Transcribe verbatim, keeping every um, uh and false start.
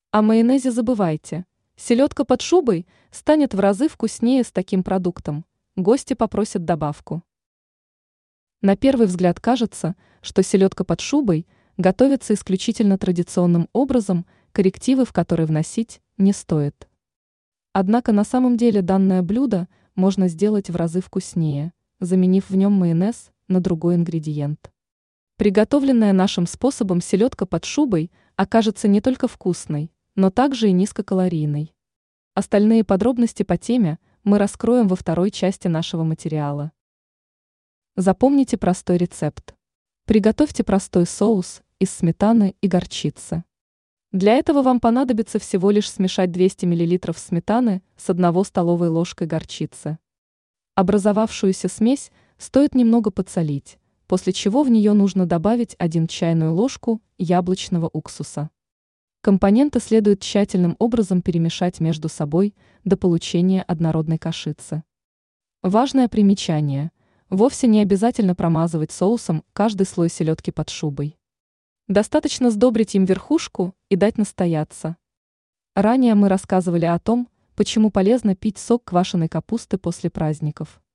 О майонезе забывайте. Селедка под шубой станет в разы вкуснее с таким продуктом. Гости попросят добавку. На первый взгляд кажется, что селедка под шубой готовится исключительно традиционным образом, коррективы в которые вносить не стоит. Однако на самом деле данное блюдо можно сделать в разы вкуснее, заменив в нем майонез на другой ингредиент. Приготовленная нашим способом селедка под шубой окажется не только вкусной, но также и низкокалорийной. Остальные подробности по теме мы раскроем во второй части нашего материала. Запомните простой рецепт. Приготовьте простой соус из сметаны и горчицы. Для этого вам понадобится всего лишь смешать двести миллилитров сметаны с одной столовой ложкой горчицы. Образовавшуюся смесь стоит немного подсолить, после чего в нее нужно добавить одну чайную ложку яблочного уксуса. Компоненты следует тщательным образом перемешать между собой до получения однородной кашицы. Важное примечание: вовсе не обязательно промазывать соусом каждый слой селедки под шубой. Достаточно сдобрить им верхушку и дать настояться. Ранее мы рассказывали о том, почему полезно пить сок квашеной капусты после праздников.